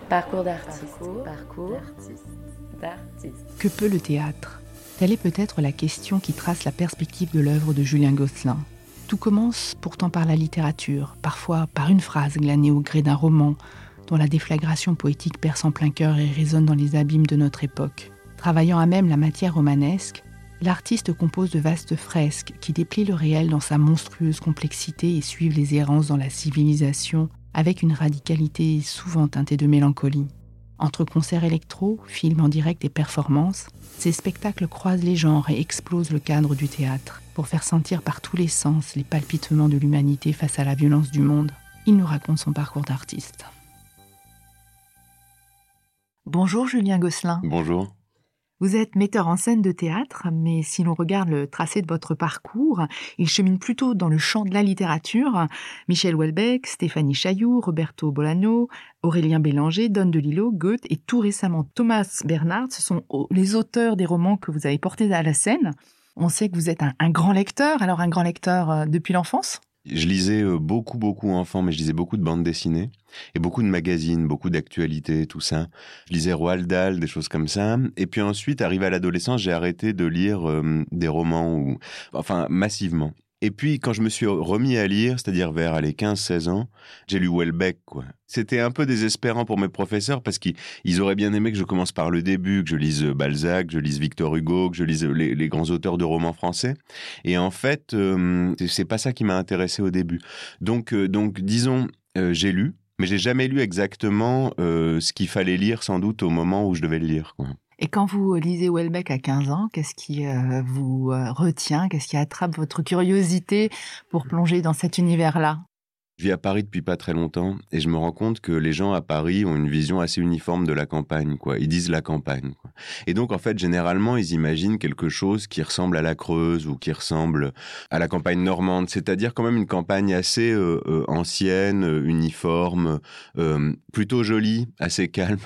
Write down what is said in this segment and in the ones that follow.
Parcours d'artiste. Parcours d'artiste. Que peut le théâtre ? Telle est peut-être la question qui trace la perspective de l'œuvre de Julien Gosselin. Tout commence pourtant par la littérature, parfois par une phrase glanée au gré d'un roman, dont la déflagration poétique perce en plein cœur et résonne dans les abîmes de notre époque. Travaillant à même la matière romanesque, l'artiste compose de vastes fresques qui déplient le réel dans sa monstrueuse complexité et suivent les errances dans la civilisation avec une radicalité souvent teintée de mélancolie. Entre concerts électro, films en direct et performances, ces spectacles croisent les genres et explosent le cadre du théâtre pour faire sentir par tous les sens les palpitements de l'humanité face à la violence du monde. Il nous raconte son parcours d'artiste. Bonjour Julien Gosselin. Bonjour. Vous êtes metteur en scène de théâtre, mais si l'on regarde le tracé de votre parcours, il chemine plutôt dans le champ de la littérature. Michel Houellebecq, Stéphanie Chailloux, Roberto Bolano, Aurélien Bélanger, Don DeLillo, Goethe et tout récemment Thomas Bernhard, ce sont les auteurs des romans que vous avez portés à la scène. On sait que vous êtes un grand lecteur, alors un grand lecteur depuis l'enfance ? Je lisais beaucoup enfant, mais je lisais beaucoup de bandes dessinées et beaucoup de magazines, beaucoup d'actualités, tout ça. Je lisais Roald Dahl, des choses comme ça. Et puis ensuite, arrivé à l'adolescence, j'ai arrêté de lire des romans, massivement. Et puis, quand je me suis remis à lire, c'est-à-dire vers les 15-16 ans, j'ai lu Houellebecq, quoi. C'était un peu désespérant pour mes professeurs parce qu'ils auraient bien aimé que je commence par le début, que je lise Balzac, que je lise Victor Hugo, que je lise les grands auteurs de romans français. Et en fait, c'est pas ça qui m'a intéressé au début. Donc disons, j'ai lu, mais j'ai jamais lu exactement ce qu'il fallait lire sans doute au moment où je devais le lire, quoi. Et quand vous lisez Houellebecq à 15 ans, qu'est-ce qui vous retient ? Qu'est-ce qui attrape votre curiosité pour plonger dans cet univers-là ? Je vis à Paris depuis pas très longtemps et je me rends compte que les gens à Paris ont une vision assez uniforme de la campagne, quoi. Ils disent la campagne, quoi. Et donc, en fait, généralement, ils imaginent quelque chose qui ressemble à la Creuse ou qui ressemble à la campagne normande, c'est-à-dire quand même une campagne assez ancienne, uniforme, plutôt jolie, assez calme.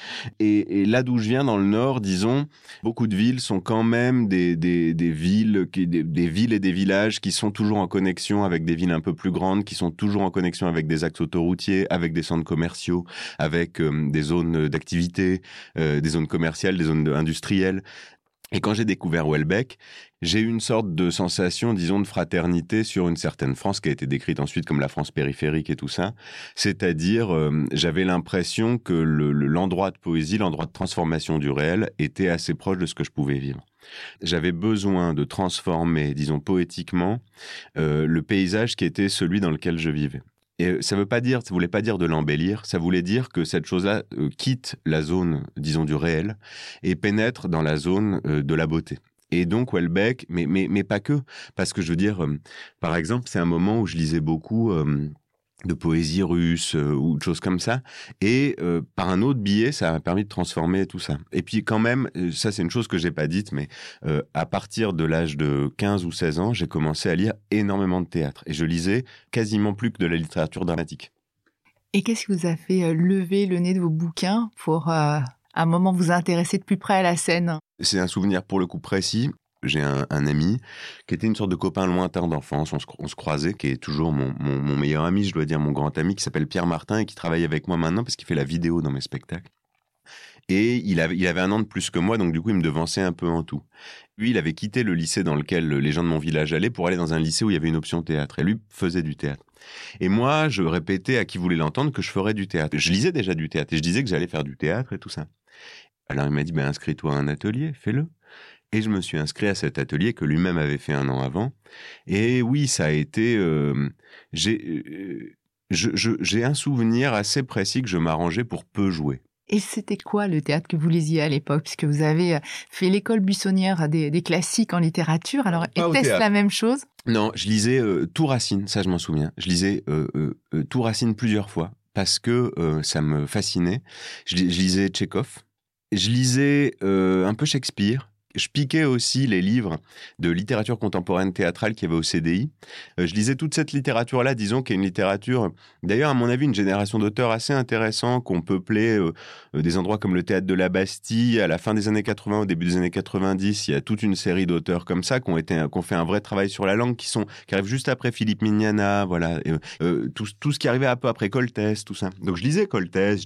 Et là d'où je viens, dans le Nord, disons, beaucoup de villes sont quand même des villes et des villages qui sont toujours en connexion avec des villes un peu plus grandes, qui sont toujours en connexion avec des axes autoroutiers, avec des centres commerciaux, avec des zones d'activité, des zones commerciales, des zones industrielles. Et quand j'ai découvert Houellebecq, j'ai eu une sorte de sensation, disons, de fraternité sur une certaine France qui a été décrite ensuite comme la France périphérique et tout ça. C'est-à-dire, j'avais l'impression que l'endroit de poésie, l'endroit de transformation du réel était assez proche de ce que je pouvais vivre. J'avais besoin de transformer, disons, poétiquement, le paysage qui était celui dans lequel je vivais. Et ça voulait pas dire de l'embellir, ça voulait dire que cette chose-là quitte la zone, disons, du réel et pénètre dans la zone de la beauté. Et donc Houellebecq, mais pas que, parce que je veux dire, par exemple, c'est un moment où je lisais beaucoup de poésie russe ou de choses comme ça, et par un autre biais, ça m'a permis de transformer tout ça. Et puis quand même, ça c'est une chose que j'ai pas dite, mais à partir de l'âge de 15 ou 16 ans, j'ai commencé à lire énormément de théâtre, et je lisais quasiment plus que de la littérature dramatique. Et qu'est-ce qui vous a fait lever le nez de vos bouquins pour, à un moment, vous intéresser de plus près à la scène ? C'est un souvenir pour le coup précis. J'ai un ami qui était une sorte de copain lointain d'enfance, on se croisait, qui est toujours mon meilleur ami, je dois dire mon grand ami, qui s'appelle Pierre Martin et qui travaille avec moi maintenant parce qu'il fait la vidéo dans mes spectacles. Et il avait un an de plus que moi, donc du coup il me devançait un peu en tout. Lui, il avait quitté le lycée dans lequel les gens de mon village allaient pour aller dans un lycée où il y avait une option théâtre, et lui faisait du théâtre. Et moi, je répétais à qui voulait l'entendre que je ferais du théâtre. Je lisais déjà du théâtre et je disais que j'allais faire du théâtre et tout ça. Alors il m'a dit, inscris-toi à un atelier, fais-le. Et je me suis inscrit à cet atelier que lui-même avait fait un an avant. Et oui, ça a été... j'ai un souvenir assez précis que je m'arrangeais pour peu jouer. Et c'était quoi le théâtre que vous lisiez à l'époque ? Puisque vous avez fait l'école buissonnière des classiques en littérature. Alors, était-ce la même chose ? Non, je lisais tout Racine, ça je m'en souviens. Je lisais tout Racine plusieurs fois parce que ça me fascinait. Je lisais Tchekhov. Je lisais un peu Shakespeare. je piquais aussi les livres de littérature contemporaine théâtrale qu'il y avait au CDI. Je lisais toute cette littérature-là, disons, qui est une littérature, d'ailleurs, à mon avis, une génération d'auteurs assez intéressants, qui ont peuplé des endroits comme le Théâtre de la Bastille, à la fin des années 80, au début des années 90. Il y a toute une série d'auteurs comme ça, qui ont fait un vrai travail sur la langue, qui arrivent juste après Philippe Mignana, voilà, tout ce qui arrivait un peu après Coltès, tout ça. Donc je lisais Coltès, je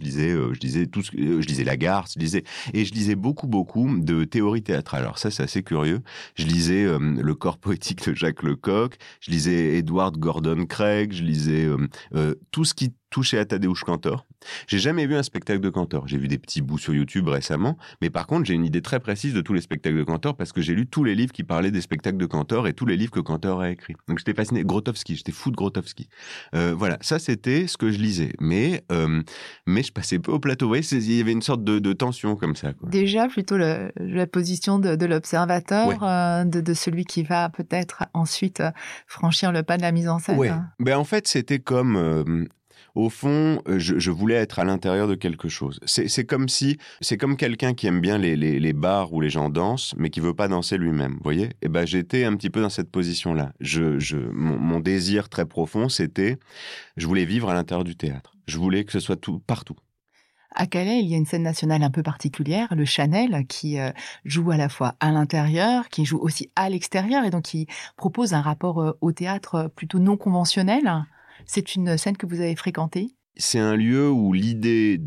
lisais Lagarde, je lisais beaucoup de théorie théâtrale. Alors ça, c'est assez curieux. Je lisais Le corps poétique de Jacques Lecoq, je lisais Edward Gordon Craig, je lisais tout ce qui touchait à Tadeusz Kantor. J'ai jamais vu un spectacle de Kantor. J'ai vu des petits bouts sur YouTube récemment, mais par contre, j'ai une idée très précise de tous les spectacles de Kantor parce que j'ai lu tous les livres qui parlaient des spectacles de Kantor et tous les livres que Kantor a écrits. Donc j'étais fasciné. Grotowski, j'étais fou de Grotowski. Voilà, ça c'était ce que je lisais. Mais je passais peu au plateau. Vous voyez, il y avait une sorte de tension comme ça, quoi. Déjà, plutôt la position de l'observateur, ouais. De celui qui va peut-être ensuite franchir le pas de la mise en scène. Ouais. Ben, en fait, c'était comme... au fond, je voulais être à l'intérieur de quelque chose. C'est comme quelqu'un qui aime bien les bars où les gens dansent, mais qui veut pas danser lui-même. Vous voyez ? Et ben, j'étais un petit peu dans cette position-là. Mon désir très profond, c'était, je voulais vivre à l'intérieur du théâtre. Je voulais que ce soit tout, partout. À Calais, il y a une scène nationale un peu particulière, le Chanel, qui joue à la fois à l'intérieur, qui joue aussi à l'extérieur, et donc qui propose un rapport au théâtre plutôt non conventionnel. C'est une scène que vous avez fréquentée ? C'est un lieu où l'idée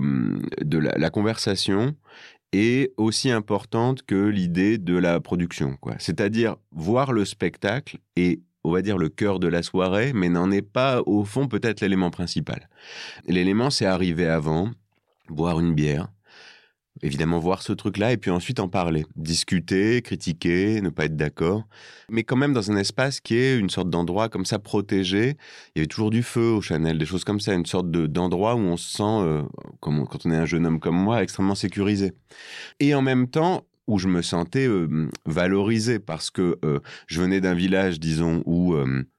de la conversation est aussi importante que l'idée de la production, quoi. C'est-à-dire voir le spectacle et, on va dire, le cœur de la soirée, mais n'en est pas, au fond, peut-être l'élément principal. L'élément, c'est arriver avant, boire une bière, évidemment voir ce truc-là, et puis ensuite en parler, discuter, critiquer, ne pas être d'accord, mais quand même dans un espace qui est une sorte d'endroit comme ça protégé. Il y avait toujours du feu au Chanel, des choses comme ça, une sorte d'endroit où on se sent, quand on est un jeune homme comme moi, extrêmement sécurisé. Et en même temps, où je me sentais valorisé, parce que je venais d'un village, disons, où...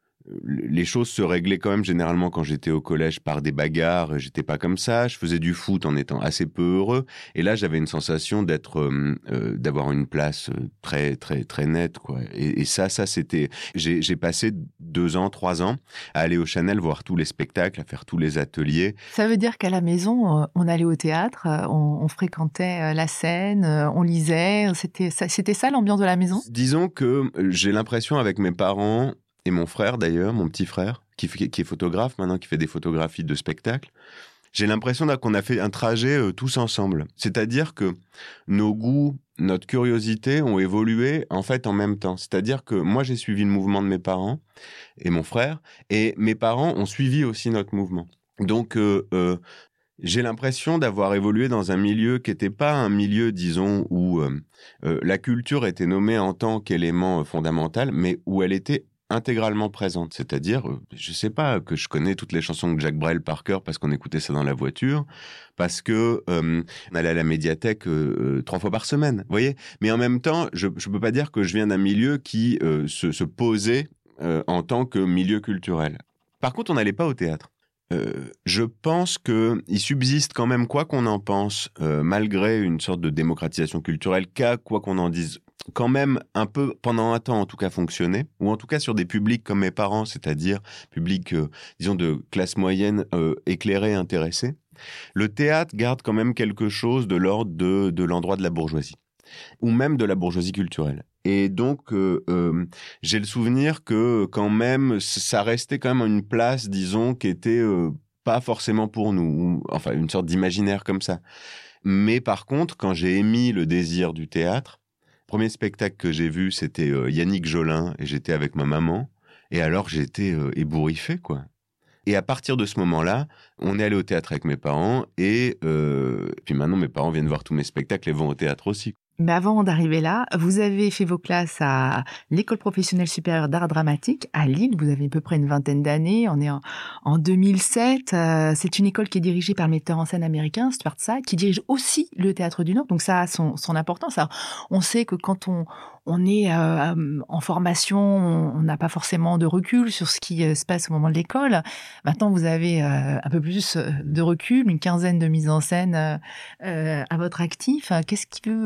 les choses se réglaient quand même généralement quand j'étais au collège par des bagarres. J'étais pas comme ça. Je faisais du foot en étant assez peu heureux. Et là, j'avais une sensation d'avoir une place très, très, très nette, quoi. Et ça, c'était... J'ai passé 2 ans, 3 ans à aller au Chanel voir tous les spectacles, à faire tous les ateliers. Ça veut dire qu'à la maison, on allait au théâtre, on fréquentait la scène, on lisait. C'était ça l'ambiance de la maison ? Disons que j'ai l'impression avec mes parents... et mon frère d'ailleurs, mon petit frère, qui est photographe maintenant, qui fait des photographies de spectacles, j'ai l'impression qu'on a fait un trajet tous ensemble. C'est-à-dire que nos goûts, notre curiosité ont évolué en fait en même temps. C'est-à-dire que moi j'ai suivi le mouvement de mes parents et mon frère, et mes parents ont suivi aussi notre mouvement. Donc j'ai l'impression d'avoir évolué dans un milieu qui n'était pas un milieu, disons, où la culture était nommée en tant qu'élément fondamental, mais où elle était intégralement présente, c'est-à-dire, je sais pas, que je connais toutes les chansons de Jacques Brel par cœur parce qu'on écoutait ça dans la voiture, parce que on allait à la médiathèque 3 fois par semaine, vous voyez. Mais en même temps, je peux pas dire que je viens d'un milieu qui se posait en tant que milieu culturel. Par contre, on n'allait pas au théâtre. Je pense qu'il subsiste quand même, quoi qu'on en pense, malgré une sorte de démocratisation culturelle, quoi qu'on en dise, quand même un peu, pendant un temps en tout cas, fonctionné, ou en tout cas sur des publics comme mes parents, c'est-à-dire publics, disons, de classe moyenne, éclairés, intéressés. Le théâtre garde quand même quelque chose de l'ordre de l'endroit de la bourgeoisie, ou même de la bourgeoisie culturelle. Et donc, j'ai le souvenir que quand même, ça restait quand même une place, disons, qui était pas forcément pour nous, ou, enfin une sorte d'imaginaire comme ça. Mais par contre, quand j'ai émis le désir du théâtre, le premier spectacle que j'ai vu, c'était Yannick Jolin, et j'étais avec ma maman, et alors j'étais ébouriffé, quoi. Et à partir de ce moment-là, on est allé au théâtre avec mes parents, et puis maintenant mes parents viennent voir tous mes spectacles et vont au théâtre aussi. Mais avant d'arriver là, vous avez fait vos classes à l'École professionnelle supérieure d'art dramatique à Lille. Vous avez à peu près une vingtaine d'années. On est en 2007. C'est une école qui est dirigée par le metteur en scène américain, Stuart Sy, qui dirige aussi le Théâtre du Nord. Donc ça a son importance. Alors, on sait que quand on est en formation, on n'a pas forcément de recul sur ce qui se passe au moment de l'école. Maintenant, vous avez un peu plus de recul, une quinzaine de mises en scène à votre actif. Qu'est-ce qui peut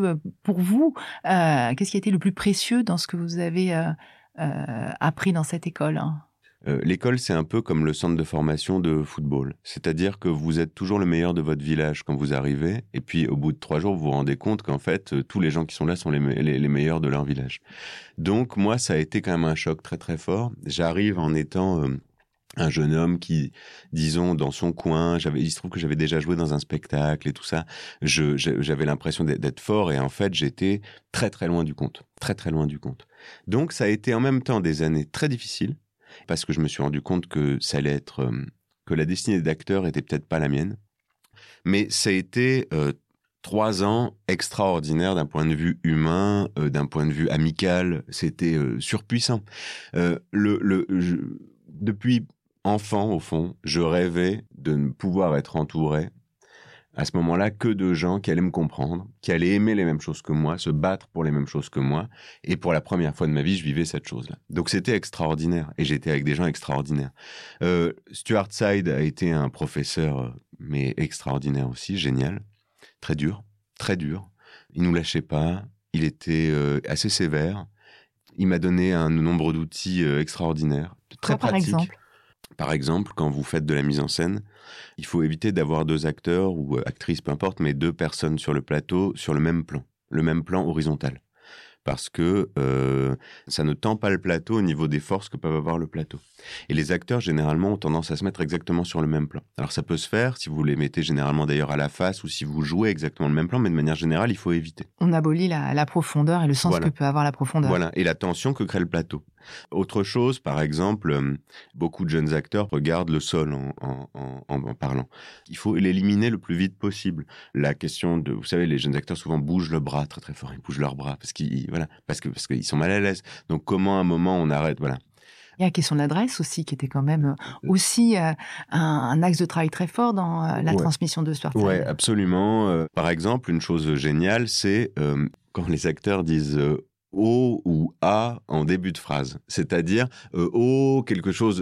pour vous, qu'est-ce qui a été le plus précieux dans ce que vous avez appris dans cette école, hein? L'école, c'est un peu comme le centre de formation de football. C'est-à-dire que vous êtes toujours le meilleur de votre village quand vous arrivez. Et puis, au bout de 3 jours, vous vous rendez compte qu'en fait, tous les gens qui sont là sont les meilleurs de leur village. Donc, moi, ça a été quand même un choc très, très fort. J'arrive en étant un jeune homme qui, disons, dans son coin, il se trouve que j'avais déjà joué dans un spectacle et tout ça. J'avais l'impression d'être fort et en fait, j'étais très, très loin du compte. Très, très loin du compte. Donc, ça a été en même temps des années très difficiles, parce que je me suis rendu compte que ça allait être que la destinée d'acteur était peut-être pas la mienne, mais ça a été 3 ans extraordinaires d'un point de vue humain, d'un point de vue amical. C'était surpuissant. Depuis enfant, au fond, je rêvais de ne pouvoir être entouré à ce moment-là que de gens qui allaient me comprendre, qui allaient aimer les mêmes choses que moi, se battre pour les mêmes choses que moi. Et pour la première fois de ma vie, je vivais cette chose-là. Donc c'était extraordinaire. Et j'étais avec des gens extraordinaires. Stuart Side a été un professeur, mais extraordinaire aussi, génial. Très dur, très dur. Il nous lâchait pas. Il était assez sévère. Il m'a donné un nombre d'outils extraordinaires, très pratiques. Par exemple, quand vous faites de la mise en scène, il faut éviter d'avoir 2 acteurs ou actrices, peu importe, mais 2 personnes sur le plateau sur le même plan horizontal. Parce que ça ne tend pas le plateau au niveau des forces que peuvent avoir le plateau. Et les acteurs, généralement, ont tendance à se mettre exactement sur le même plan. Alors ça peut se faire si vous les mettez généralement d'ailleurs à la face ou si vous jouez exactement le même plan, mais de manière générale, il faut éviter. On abolit la profondeur et le sens que peut avoir la profondeur. Voilà, et la tension que crée le plateau. Autre chose, par exemple, beaucoup de jeunes acteurs regardent le sol en parlant. Il faut l'éliminer le plus vite possible. La question de, vous savez, les jeunes acteurs souvent bougent le bras très très fort, ils bougent leurs bras parce qu'ils sont mal à l'aise. Donc comment à un moment on arrête, voilà. Il y a la question de l'adresse aussi, qui était quand même aussi un axe de travail très fort dans la transmission de Stuart Side. Oui, absolument. Par exemple, une chose géniale, c'est quand les acteurs disent O ou A en début de phrase. C'est-à-dire O, quelque chose...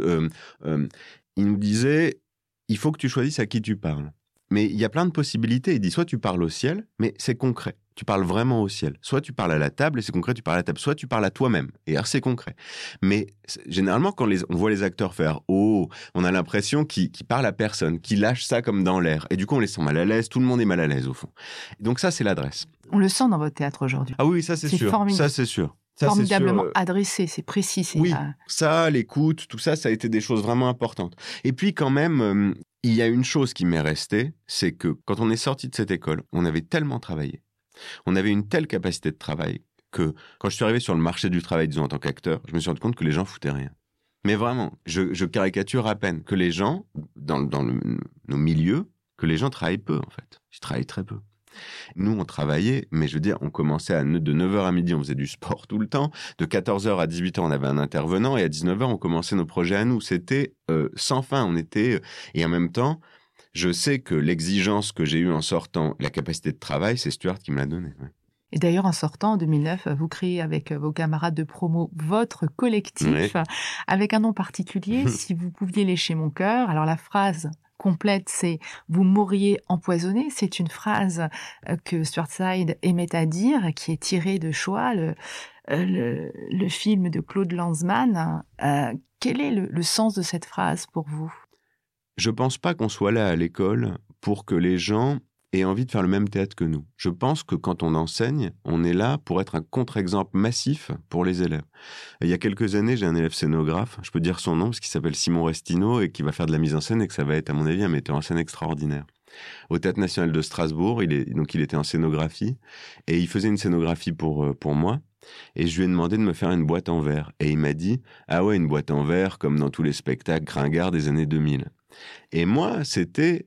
il nous disait, il faut que tu choisisses à qui tu parles. Mais il y a plein de possibilités. Il dit, soit tu parles au ciel, mais c'est concret. Tu parles vraiment au ciel. Soit tu parles à la table et c'est concret, tu parles à la table. Soit tu parles à toi-même et alors c'est concret. Mais généralement, quand on voit les acteurs faire « Oh », on a l'impression qu'ils parlent à personne, qu'ils lâchent ça comme dans l'air. Et du coup, on les sent mal à l'aise. Tout le monde est mal à l'aise, au fond. Donc ça, c'est l'adresse. On le sent dans votre théâtre aujourd'hui. Ah oui, ça c'est sûr. Ça c'est sûr. Ça, formidablement adressé, c'est précis. Oui, ça, l'écoute, tout ça, ça a été des choses vraiment importantes. Et puis quand même, il y a une chose qui m'est restée, c'est que quand on est sorti de cette école, on avait tellement travaillé, on avait une telle capacité de travail que quand je suis arrivé sur le marché du travail, disons en tant qu'acteur, je me suis rendu compte que les gens foutaient rien. Mais vraiment, je caricature à peine que les gens, dans nos milieux, que les gens travaillent peu en fait. Ils travaillent très peu. Nous, on travaillait, mais je veux dire, on commençait de 9h à midi, on faisait du sport tout le temps. De 14h à 18h, on avait un intervenant. Et à 19h, on commençait nos projets à nous. C'était sans fin. On était... Et en même temps, je sais que l'exigence que j'ai eue en sortant, la capacité de travail, c'est Stuart qui me l'a donnée. Ouais. Et d'ailleurs, en sortant, en 2009, vous créez avec vos camarades de promo votre collectif, avec un nom particulier, « Si vous pouviez lécher mon cœur ». Alors la phrase complète, c'est « Vous m'auriez empoisonné ». C'est une phrase que Stuart Side aimait à dire, qui est tirée de Shoah, le film de Claude Lanzmann. Quel est le sens de cette phrase pour vous ? Je pense pas qu'on soit là à l'école pour que les gens aient envie de faire le même théâtre que nous. Je pense que quand on enseigne, on est là pour être un contre-exemple massif pour les élèves. Il y a quelques années, j'ai un élève scénographe, je peux dire son nom parce qu'il s'appelle Simon Restino et qui va faire de la mise en scène et que ça va être, à mon avis, un metteur en scène extraordinaire. Au Théâtre National de Strasbourg, il était en scénographie et il faisait une scénographie pour moi. Et je lui ai demandé de me faire une boîte en verre. Et il m'a dit « Ah ouais, une boîte en verre comme dans tous les spectacles gringards des années 2000. » Et moi, c'était...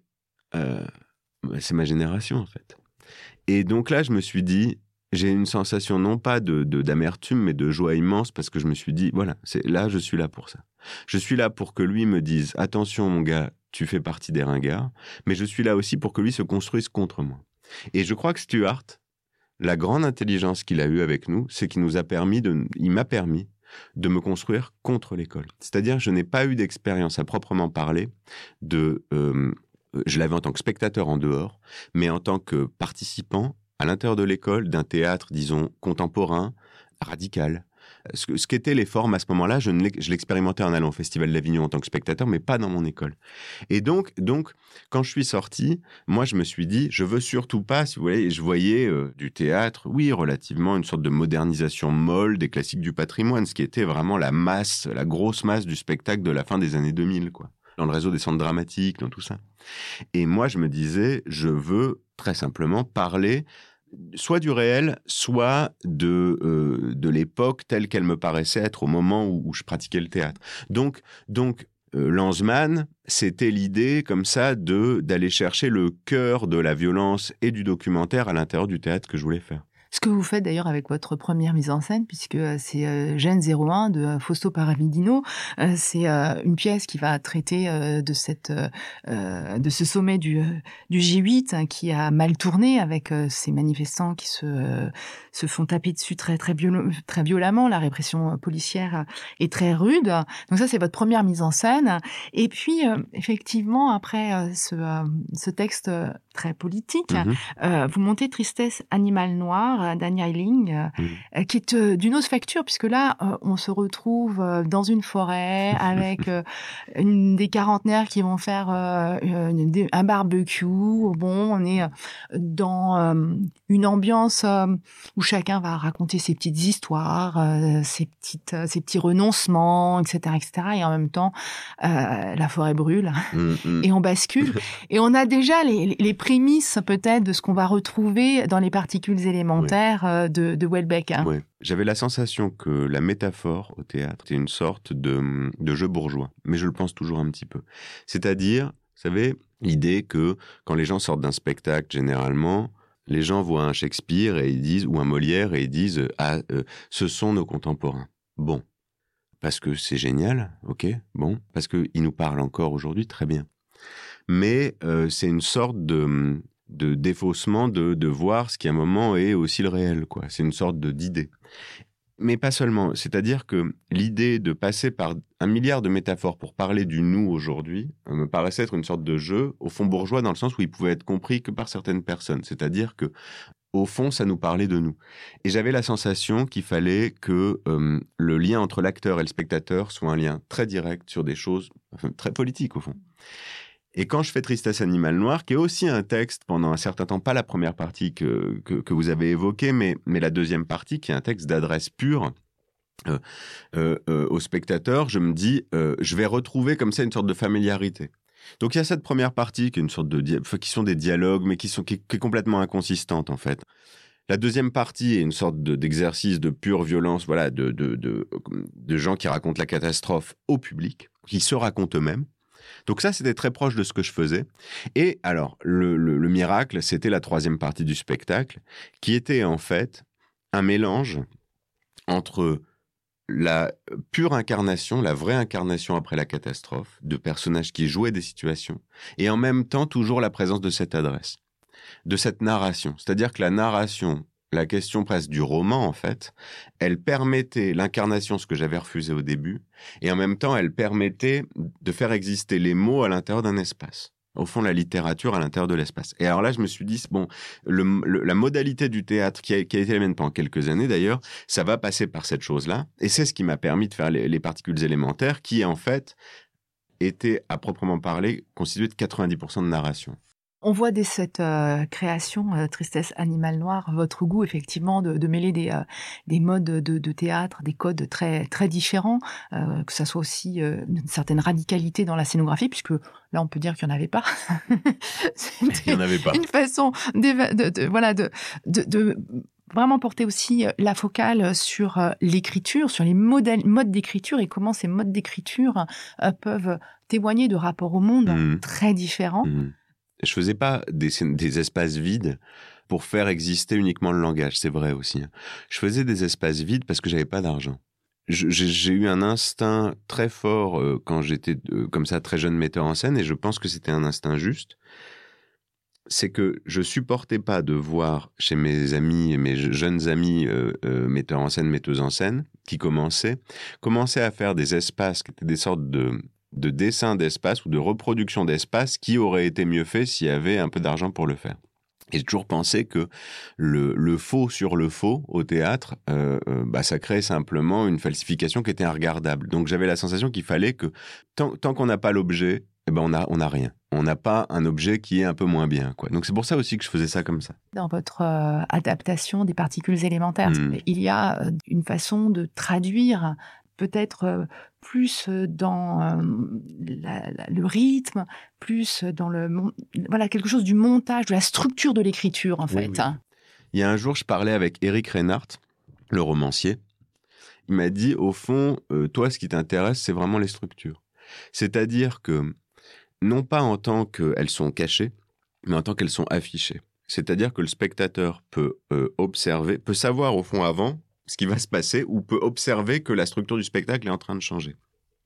c'est ma génération, en fait. Et donc là, je me suis dit, j'ai une sensation non pas d'amertume, mais de joie immense, parce que je me suis dit, voilà, je suis là pour ça. Je suis là pour que lui me dise, attention mon gars, tu fais partie des ringards, mais je suis là aussi pour que lui se construise contre moi. Et je crois que Stuart, la grande intelligence qu'il a eue avec nous, c'est qu'il m'a permis de me construire contre l'école. C'est-à-dire, je n'ai pas eu d'expérience à proprement parler je l'avais en tant que spectateur en dehors, mais en tant que participant, à l'intérieur de l'école, d'un théâtre, disons, contemporain, radical. Ce qu'étaient les formes à ce moment-là, je l'expérimentais en allant au Festival d'Avignon en tant que spectateur, mais pas dans mon école. Et donc, quand je suis sorti, moi, je me suis dit, je veux surtout pas, si vous voulez, je voyais du théâtre, oui, relativement, une sorte de modernisation molle des classiques du patrimoine, ce qui était vraiment la grosse masse du spectacle de la fin des années 2000, quoi. Dans le réseau des centres dramatiques, dans tout ça. Et moi, je me disais, je veux très simplement parler soit du réel, soit de l'époque telle qu'elle me paraissait être au moment où je pratiquais le théâtre. Donc, Lanzmann, c'était l'idée comme ça d'aller chercher le cœur de la violence et du documentaire à l'intérieur du théâtre que je voulais faire. Ce que vous faites d'ailleurs avec votre première mise en scène, puisque c'est Gênes 01 de Fausto Paravindino. C'est une pièce qui va traiter de ce sommet du G8 qui a mal tourné avec ces manifestants qui se font taper dessus très violemment. La répression policière est très rude. Donc ça, c'est votre première mise en scène. Et puis, effectivement, après ce texte très politique, vous montez Tristesse animale noire d'Anya Eiling, qui est d'une autre facture, puisque là, on se retrouve dans une forêt avec des quarantenaires qui vont faire un barbecue. Bon, on est dans une ambiance où chacun va raconter ses petites histoires, ses petits renoncements, etc., etc. Et en même temps, la forêt brûle et on bascule. Et on a déjà les prémices peut-être de ce qu'on va retrouver dans les particules élémentaires de Houellebecq. Oui. J'avais la sensation que la métaphore au théâtre était une sorte de jeu bourgeois, mais je le pense toujours un petit peu. C'est-à-dire, vous savez, l'idée que quand les gens sortent d'un spectacle, généralement, les gens voient un Shakespeare et ils disent, ou un Molière et ils disent ce sont nos contemporains. Bon, parce que c'est génial, ok, bon, parce qu'ils nous parlent encore aujourd'hui, très bien. Mais c'est une sorte de défaussement de voir ce qui à un moment est aussi le réel, quoi. C'est une sorte d'idée. Mais pas seulement. C'est-à-dire que l'idée de passer par 1 milliard de métaphores pour parler du nous aujourd'hui me paraissait être une sorte de jeu, au fond bourgeois, dans le sens où il pouvait être compris que par certaines personnes. C'est-à-dire que au fond, ça nous parlait de nous. Et j'avais la sensation qu'il fallait que le lien entre l'acteur et le spectateur soit un lien très direct sur des choses très politiques, au fond. Et quand je fais Tristesse animale noire, qui est aussi un texte pendant un certain temps, pas la première partie que vous avez évoquée, mais la deuxième partie, qui est un texte d'adresse pure au spectateur, je me dis, je vais retrouver comme ça une sorte de familiarité. Donc il y a cette première partie qui est une sorte qui sont des dialogues, mais qui est complètement inconsistante en fait. La deuxième partie est une sorte d'exercice de pure violence, voilà, de gens qui racontent la catastrophe au public, qui se racontent eux-mêmes. Donc ça, c'était très proche de ce que je faisais. Et alors, le miracle, c'était la troisième partie du spectacle, qui était en fait un mélange entre la pure incarnation, la vraie incarnation après la catastrophe, de personnages qui jouaient des situations, et en même temps, toujours la présence de cette adresse, de cette narration. C'est-à-dire que la narration, la question presque du roman, en fait, elle permettait l'incarnation, ce que j'avais refusé au début, et en même temps, elle permettait de faire exister les mots à l'intérieur d'un espace. Au fond, la littérature à l'intérieur de l'espace. Et alors là, je me suis dit, bon, la modalité du théâtre, qui a été la mienne pendant quelques années d'ailleurs, ça va passer par cette chose-là. Et c'est ce qui m'a permis de faire les particules élémentaires, qui en fait étaient, à proprement parler, constituées de 90% de narration. On voit dès cette création, Tristesse animale noire, votre goût effectivement de mêler des modes de théâtre, des codes très, très différents, que ça soit aussi une certaine radicalité dans la scénographie, puisque là on peut dire qu'il n'y en avait pas. Il n'y en avait pas. Une façon de vraiment porter aussi la focale sur l'écriture, sur les modes d'écriture et comment ces modes d'écriture peuvent témoigner de rapports au monde très différents. Je faisais pas des espaces vides pour faire exister uniquement le langage, c'est vrai aussi. Je faisais des espaces vides parce que j'avais pas d'argent. J'ai eu un instinct très fort quand j'étais comme ça très jeune metteur en scène, et je pense que c'était un instinct juste. C'est que je supportais pas de voir chez mes amis, mes jeunes amis metteurs en scène, metteuses en scène, qui commençaient à faire des espaces qui étaient des sortes de dessin d'espace ou de reproduction d'espace qui aurait été mieux fait s'il y avait un peu d'argent pour le faire. Et j'ai toujours pensé que le faux sur le faux au théâtre, ça crée simplement une falsification qui était regardable. Donc j'avais la sensation qu'il fallait que tant qu'on n'a pas l'objet, on n'a rien. On n'a pas un objet qui est un peu moins bien, quoi. Donc c'est pour ça aussi que je faisais ça comme ça. Dans votre adaptation des particules élémentaires, il y a une façon de traduire peut-être plus dans le rythme, plus dans quelque chose du montage, de la structure de l'écriture, en fait. Oui. Il y a un jour, je parlais avec Éric Reinhardt, le romancier. Il m'a dit, au fond, toi, ce qui t'intéresse, c'est vraiment les structures. C'est-à-dire que, non pas en tant qu'elles sont cachées, mais en tant qu'elles sont affichées. C'est-à-dire que le spectateur peut observer, peut savoir, au fond, avant ce qui va se passer, ou peut observer que la structure du spectacle est en train de changer.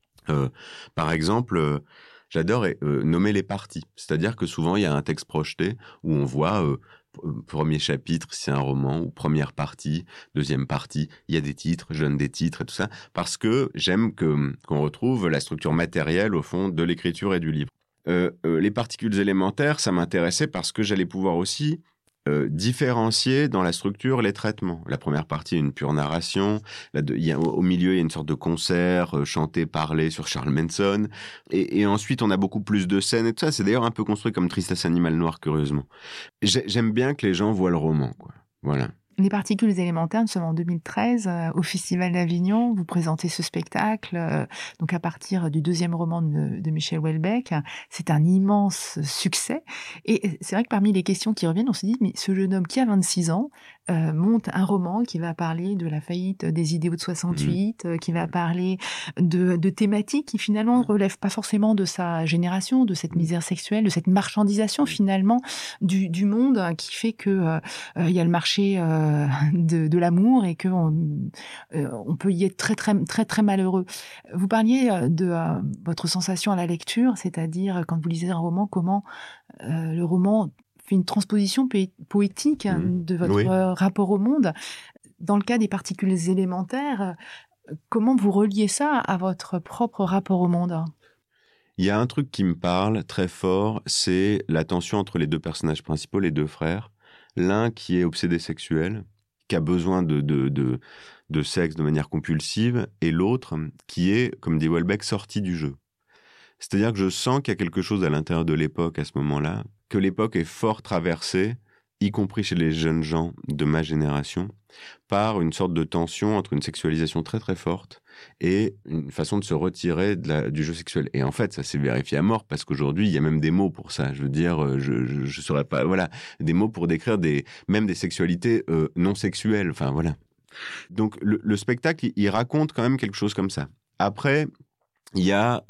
Par exemple, j'adore nommer les parties. C'est-à-dire que souvent, il y a un texte projeté où on voit premier chapitre, si c'est un roman, ou première partie, deuxième partie. Il y a des titres, je donne des titres et tout ça, parce que j'aime qu'on retrouve la structure matérielle, au fond, de l'écriture et du livre. Les particules élémentaires, ça m'intéressait parce que j'allais pouvoir aussi différencier dans la structure les traitements. La première partie est une pure narration. Au milieu, il y a une sorte de concert chanté, parlé sur Charles Manson. Et ensuite, on a beaucoup plus de scènes et tout ça. C'est d'ailleurs un peu construit comme Tristesse animale noire, curieusement. J'aime bien que les gens voient le roman, quoi. Voilà. Les particules élémentaires, nous sommes en 2013, au Festival d'Avignon. Vous présentez ce spectacle, donc à partir du deuxième roman de Michel Houellebecq. C'est un immense succès. Et c'est vrai que parmi les questions qui reviennent, on se dit, mais ce jeune homme qui a 26 ans monte un roman qui va parler de la faillite des idéaux de 68, qui va parler de thématiques qui finalement ne relèvent pas forcément de sa génération, de cette misère sexuelle, de cette marchandisation finalement du monde qui fait que il y a le marché de l'amour et qu'on peut y être très, très, très, très malheureux. Vous parliez de votre sensation à la lecture, c'est-à-dire quand vous lisez un roman, comment le roman fait une transposition poétique de votre rapport au monde. Dans le cas des particules élémentaires, comment vous reliez ça à votre propre rapport au monde ? Il y a un truc qui me parle très fort, c'est la tension entre les deux personnages principaux, les deux frères. L'un qui est obsédé sexuel, qui a besoin de sexe de manière compulsive, et l'autre qui est, comme dit Houellebecq, sorti du jeu. C'est-à-dire que je sens qu'il y a quelque chose à l'intérieur de l'époque à ce moment-là, que l'époque est fort traversée, y compris chez les jeunes gens de ma génération, par une sorte de tension entre une sexualisation très très forte et une façon de se retirer du jeu sexuel. Et en fait, ça s'est vérifié à mort, parce qu'aujourd'hui, il y a même des mots pour ça. Je veux dire, je saurais pas, voilà, des mots pour décrire même des sexualités non sexuelles, enfin voilà. Donc le spectacle, il raconte quand même quelque chose comme ça. Après, il y a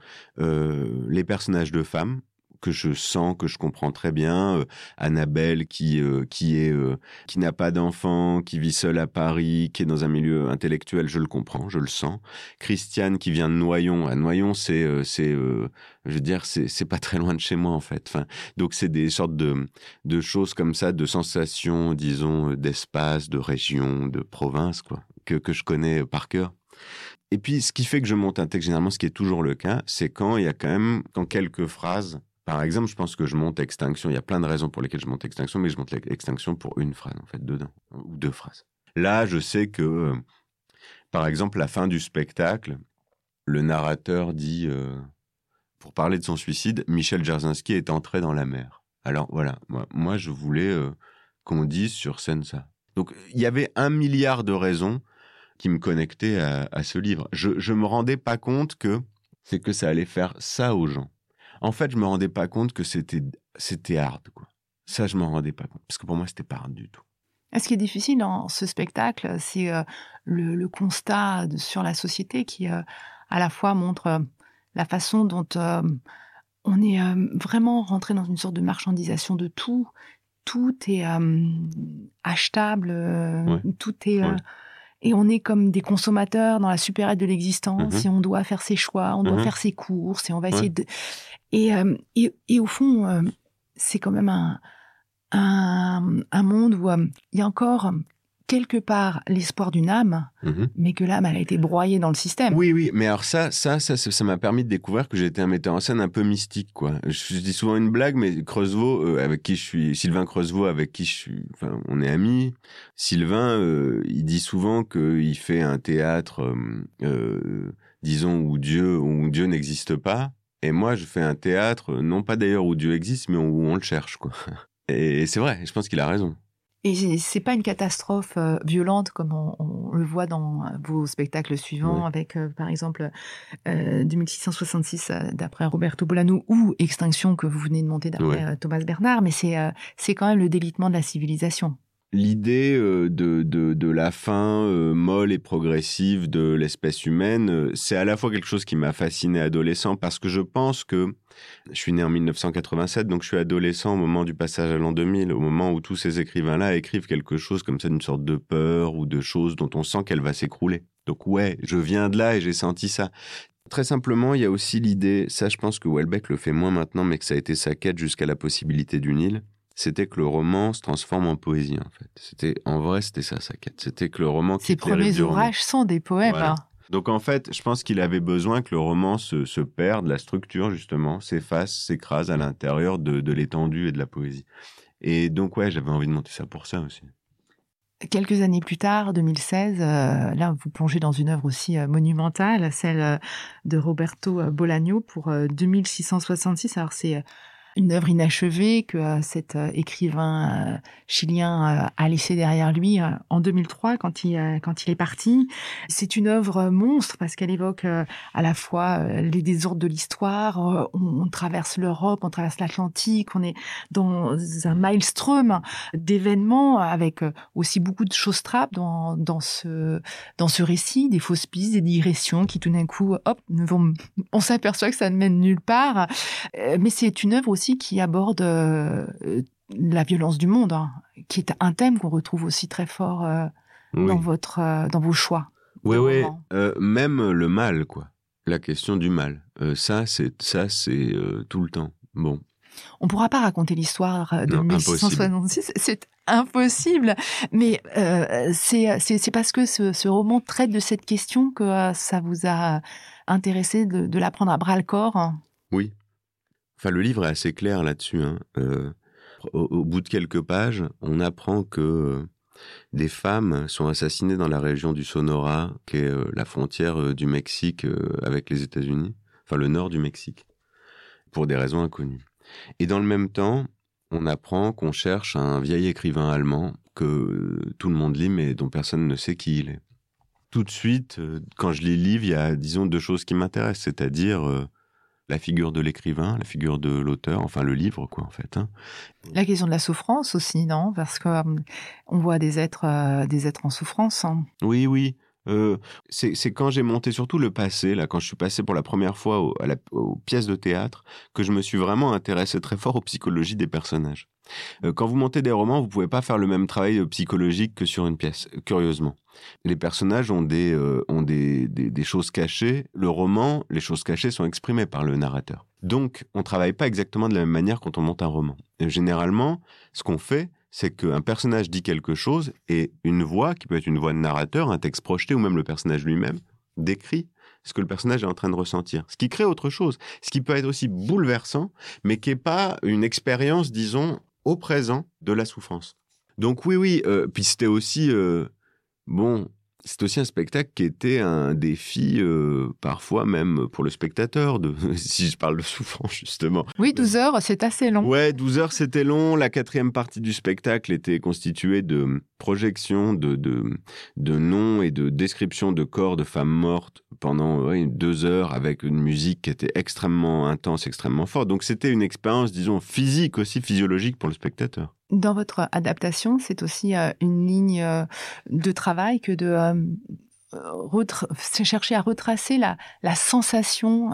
les personnages de femmes que je sens, que je comprends très bien. Annabelle qui n'a pas d'enfant, qui vit seule à Paris, qui est dans un milieu intellectuel, je le comprends, je le sens. Christiane qui vient de Noyon. À Noyon, je veux dire, c'est pas très loin de chez moi en fait. Enfin, donc c'est des sortes de choses comme ça, de sensations, disons, d'espace, de région, de province, quoi, que je connais par cœur. Et puis, ce qui fait que je monte un texte, généralement, ce qui est toujours le cas, c'est quand il y a quand quelques phrases. Par exemple, je pense que je monte Extinction. Il y a plein de raisons pour lesquelles je monte Extinction, mais je monte Extinction pour une phrase, en fait, dedans, ou deux phrases. Là, je sais que, par exemple, la fin du spectacle, le narrateur dit, pour parler de son suicide, Michel Dzerzhinsky est entré dans la mer. Alors, voilà, moi je voulais qu'on dise sur scène ça. Donc, il y avait 1 milliard de raisons qui me connectaient à ce livre. Je me rendais pas compte que ça allait faire ça aux gens. En fait, je me rendais pas compte que c'était hard, quoi. Ça, je m'en rendais pas compte, parce que pour moi, c'était pas hard du tout. Ce qui est difficile dans ce spectacle, c'est le constat sur la société qui, à la fois, montre la façon dont on est vraiment rentré dans une sorte de marchandisation de tout. Tout est achetable, tout est... Et on est comme des consommateurs dans la supérette de l'existence, et on doit faire ses choix, on doit faire ses courses, et on va essayer de... Et au fond, c'est quand même un monde où il y a encore quelque part l'espoir d'une âme, mais que l'âme, elle a été broyée dans le système. Oui, mais alors ça m'a permis de découvrir que j'étais un metteur en scène un peu mystique, quoi. Je dis souvent une blague, mais Creusevaux, Sylvain Creusevaux, avec qui on est amis. Sylvain, il dit souvent qu'il fait un théâtre, disons, où Dieu n'existe pas. Et moi, je fais un théâtre, non pas d'ailleurs où Dieu existe, mais où on le cherche, quoi. Et c'est vrai, je pense qu'il a raison. Et c'est pas une catastrophe violente comme on le voit dans vos spectacles suivants, avec par exemple 2666 d'après Roberto Bolaño ou Extinction que vous venez de monter d'après Thomas Bernard, mais c'est quand même le délitement de la civilisation. L'idée de la fin molle et progressive de l'espèce humaine, c'est à la fois quelque chose qui m'a fasciné adolescent, parce que je pense que je suis né en 1987, donc je suis adolescent au moment du passage à l'an 2000, au moment où tous ces écrivains-là écrivent quelque chose comme ça, d'une sorte de peur ou de chose dont on sent qu'elle va s'écrouler. Donc ouais, je viens de là et j'ai senti ça. Très simplement, il y a aussi l'idée, ça je pense que Houellebecq le fait moins maintenant, mais que ça a été sa quête jusqu'à la possibilité du Nil, c'était que le roman se transforme en poésie, en fait. C'était ça, sa quête. C'était que le roman... Ses premiers ouvrages sont des poèmes. Voilà. Hein. Donc, en fait, je pense qu'il avait besoin que le roman se perde, la structure, justement, s'efface, s'écrase à l'intérieur de l'étendue et de la poésie. Et donc, ouais, j'avais envie de monter ça pour ça aussi. Quelques années plus tard, 2016, là, vous plongez dans une œuvre aussi monumentale, celle de Roberto Bolaño pour 2666. Alors, c'est... une œuvre inachevée que cet écrivain chilien a laissée derrière lui en 2003 quand il est parti. C'est une œuvre monstre parce qu'elle évoque à la fois les désordres de l'histoire. On traverse l'Europe, on traverse l'Atlantique, on est dans un maelstrom d'événements avec aussi beaucoup de choses trappes dans ce récit, des fausses pistes, des digressions qui tout d'un coup, on s'aperçoit que ça ne mène nulle part. Mais c'est une œuvre aussi qui aborde la violence du monde, qui est un thème qu'on retrouve aussi très fort dans vos choix. Oui. Même le mal, quoi. La question du mal. Ça, c'est tout le temps. Bon. On ne pourra pas raconter l'histoire de 1666, c'est impossible. Mais c'est parce que ce roman traite de cette question que ça vous a intéressé de la prendre à bras-le-corps. Oui. Enfin, le livre est assez clair là-dessus. Au bout de quelques pages, on apprend que des femmes sont assassinées dans la région du Sonora, qui est la frontière du Mexique avec les États-Unis, enfin le nord du Mexique, pour des raisons inconnues. Et dans le même temps, on apprend qu'on cherche un vieil écrivain allemand que tout le monde lit, mais dont personne ne sait qui il est. Tout de suite, quand je lis le livre, il y a, disons, deux choses qui m'intéressent, c'est-à-dire... la figure de l'écrivain, la figure de l'auteur, enfin le livre, quoi, en fait. La question de la souffrance aussi, non ? Parce que on voit des êtres en souffrance. Oui. C'est quand j'ai monté surtout le passé, là, quand je suis passé pour la première fois aux pièces de théâtre, que je me suis vraiment intéressé très fort aux psychologies des personnages. Quand vous montez des romans, vous pouvez pas faire le même travail psychologique que sur une pièce, curieusement. Les personnages ont des choses cachées. Le roman, les choses cachées sont exprimées par le narrateur. Donc, on travaille pas exactement de la même manière quand on monte un roman. Et généralement, ce qu'on fait, c'est qu'un personnage dit quelque chose et une voix, qui peut être une voix de narrateur, un texte projeté ou même le personnage lui-même, décrit ce que le personnage est en train de ressentir. Ce qui crée autre chose. Ce qui peut être aussi bouleversant, mais qui n'est pas une expérience, disons, au présent de la souffrance. Donc oui. Puis c'était aussi... c'est aussi un spectacle qui était un défi, parfois même pour le spectateur, si je parle de souffrance, justement. Oui, 12 heures, c'est assez long. Ouais, 12 heures, c'était long. La 4e partie du spectacle était constituée de projections, de noms et de descriptions de corps de femmes mortes pendant 2 heures avec une musique qui était extrêmement intense, extrêmement forte. Donc c'était une expérience, disons, physique aussi, physiologique pour le spectateur. Dans votre adaptation, c'est aussi une ligne de travail que de chercher à retracer la sensation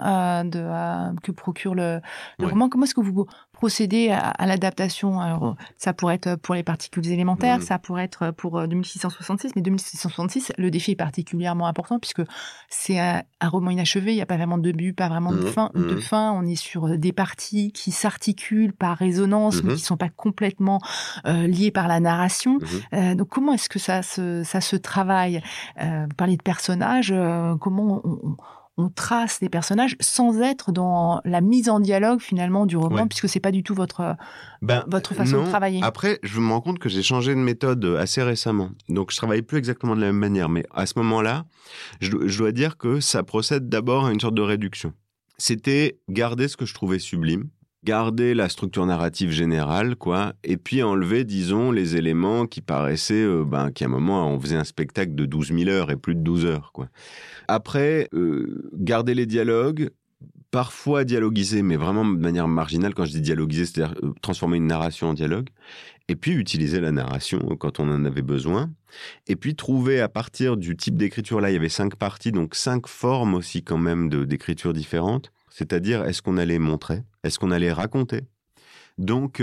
que procure le roman. Comment est-ce que vous procédez à l'adaptation? Alors, ça pourrait être pour les particules élémentaires, ça pourrait être pour 2666, mais 2666, le défi est particulièrement important puisque c'est un roman inachevé, il n'y a pas vraiment de début, pas vraiment de fin. On est sur des parties qui s'articulent par résonance, mais qui ne sont pas complètement liées par la narration. Donc, comment est-ce que ça se travaille? Vous parlez de personnages, comment on trace des personnages sans être dans la mise en dialogue finalement du roman, puisque c'est pas du tout votre façon de travailler. Après, je me rends compte que j'ai changé de méthode assez récemment, donc je travaille plus exactement de la même manière. Mais à ce moment-là, je dois dire que ça procède d'abord à une sorte de réduction. C'était garder ce que je trouvais sublime, garder la structure narrative générale, quoi, et puis enlever, disons, les éléments qui paraissaient, qu'à un moment, on faisait un spectacle de 12 000 heures et plus de 12 heures, quoi. Après, garder les dialogues, parfois dialoguiser, mais vraiment de manière marginale. Quand je dis dialoguiser, c'est-à-dire transformer une narration en dialogue, et puis utiliser la narration quand on en avait besoin, et puis trouver à partir du type d'écriture, là, il y avait 5 parties, donc 5 formes aussi quand même d'écriture différentes. C'est-à-dire, est-ce qu'on allait montrer? Est-ce qu'on allait raconter? Donc,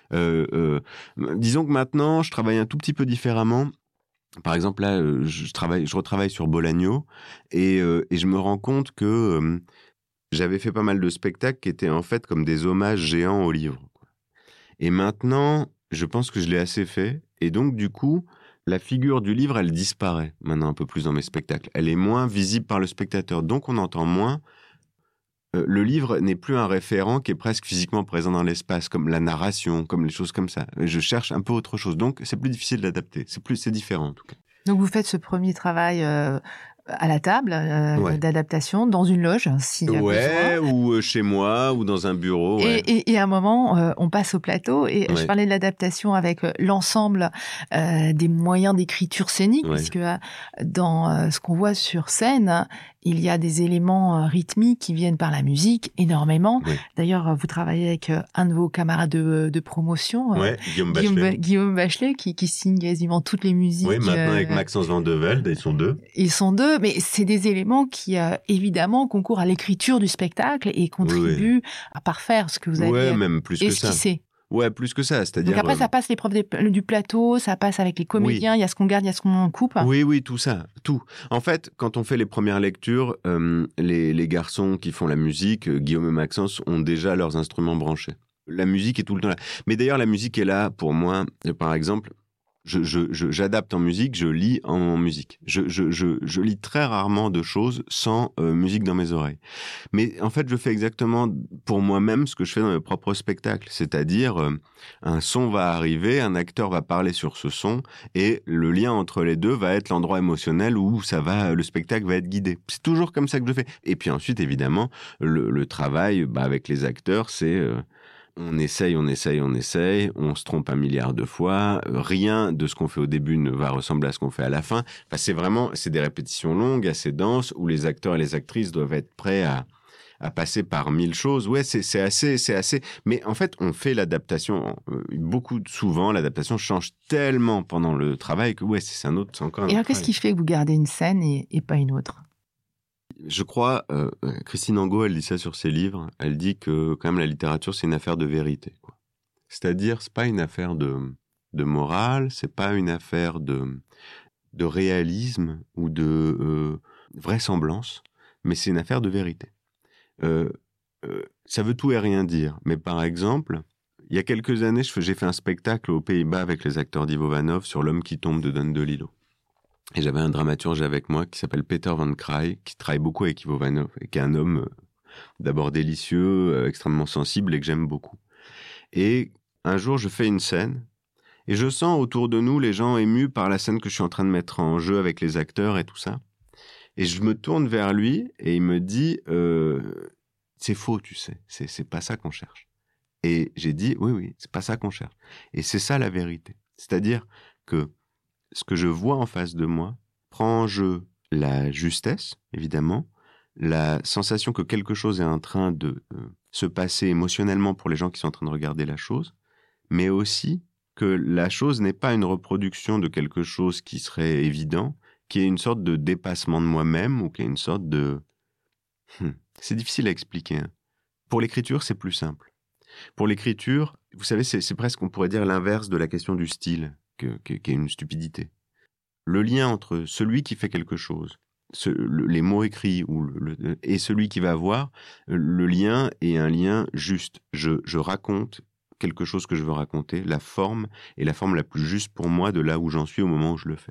disons que maintenant, je travaille un tout petit peu différemment. Par exemple, là, je retravaille sur Bolaño et je me rends compte que j'avais fait pas mal de spectacles qui étaient en fait comme des hommages géants au livre. Et maintenant, je pense que je l'ai assez fait. Et donc, du coup, la figure du livre, elle disparaît maintenant un peu plus dans mes spectacles. Elle est moins visible par le spectateur. Donc, on entend moins. Le livre n'est plus un référent qui est presque physiquement présent dans l'espace, comme la narration, comme les choses comme ça. Je cherche un peu autre chose. Donc, c'est plus difficile d'adapter. C'est différent, en tout cas. Donc, vous faites ce premier travail à la table d'adaptation, dans une loge, s'il y a besoin. Ou chez moi, ou dans un bureau. Et à un moment, on passe au plateau. Et je parlais de l'adaptation avec l'ensemble des moyens d'écriture scénique, puisque dans ce qu'on voit sur scène, il y a des éléments rythmiques qui viennent par la musique, énormément. D'ailleurs, vous travaillez avec un de vos camarades de promotion, Guillaume Bachelet, qui signe quasiment toutes les musiques. Oui, maintenant avec Maxence Van de Velde, ils sont deux. Ils sont deux, mais c'est des éléments qui, évidemment, concourent à l'écriture du spectacle et contribuent à parfaire ce que vous avez même plus esquissé. Que ça. Ouais, plus que ça, c'est-à-dire... Donc après, ça passe l'épreuve du plateau, ça passe avec les comédiens, il y a ce qu'on garde, il y a ce qu'on coupe. Oui, tout ça, tout. En fait, quand on fait les premières lectures, les garçons qui font la musique, Guillaume et Maxence, ont déjà leurs instruments branchés. La musique est tout le temps là. Mais d'ailleurs, la musique est là pour moi, par exemple... J'adapte en musique, je lis en musique. Je lis très rarement de choses sans musique dans mes oreilles. Mais en fait, je fais exactement pour moi-même ce que je fais dans mes propres spectacles. C'est-à-dire, un son va arriver, un acteur va parler sur ce son, et le lien entre les deux va être l'endroit émotionnel où le spectacle va être guidé. C'est toujours comme ça que je fais. Et puis ensuite, évidemment, le travail avec les acteurs, c'est... On essaye, on se trompe 1 milliard de fois, rien de ce qu'on fait au début ne va ressembler à ce qu'on fait à la fin. Enfin, c'est des répétitions longues, assez denses, où les acteurs et les actrices doivent être prêts à passer par 1000 choses. Ouais, c'est assez. Mais en fait, on fait l'adaptation, souvent, l'adaptation change tellement pendant le travail que c'est encore un autre travail. Et alors, qu'est-ce qui fait que vous gardez une scène et pas une autre ? Je crois, Christine Angot, elle dit ça sur ses livres, elle dit que quand même la littérature, c'est une affaire de vérité, quoi. C'est-à-dire, c'est pas une affaire de morale, c'est pas une affaire de réalisme ou de vraisemblance, mais c'est une affaire de vérité. Ça veut tout et rien dire, mais par exemple, il y a quelques années, j'ai fait un spectacle aux Pays-Bas avec les acteurs d'Ivo Vanov sur L'homme qui tombe de Don DeLillo. Et j'avais un dramaturge avec moi qui s'appelle Peter Van Cry, qui travaille beaucoup avec Ivo Vanov, et qui est un homme d'abord délicieux, extrêmement sensible et que j'aime beaucoup. Et un jour, je fais une scène, et je sens autour de nous les gens émus par la scène que je suis en train de mettre en jeu avec les acteurs et tout ça. Et je me tourne vers lui, et il me dit c'est faux, tu sais, c'est pas ça qu'on cherche. Et j'ai dit oui, c'est pas ça qu'on cherche. Et c'est ça la vérité. C'est-à-dire que ce que je vois en face de moi prend en jeu la justesse, évidemment, la sensation que quelque chose est en train de se passer émotionnellement pour les gens qui sont en train de regarder la chose, mais aussi que la chose n'est pas une reproduction de quelque chose qui serait évident qui est une sorte de dépassement de moi-même ou qui est une sorte de... C'est difficile à expliquer. Hein. Pour l'écriture, c'est plus simple. Pour l'écriture, vous savez, c'est presque, on pourrait dire, l'inverse de la question du style, qui est une stupidité. Le lien entre celui qui fait quelque chose, les mots écrits et celui qui va voir, le lien est un lien juste. Je raconte quelque chose que je veux raconter, la forme est la forme la plus juste pour moi de là où j'en suis au moment où je le fais.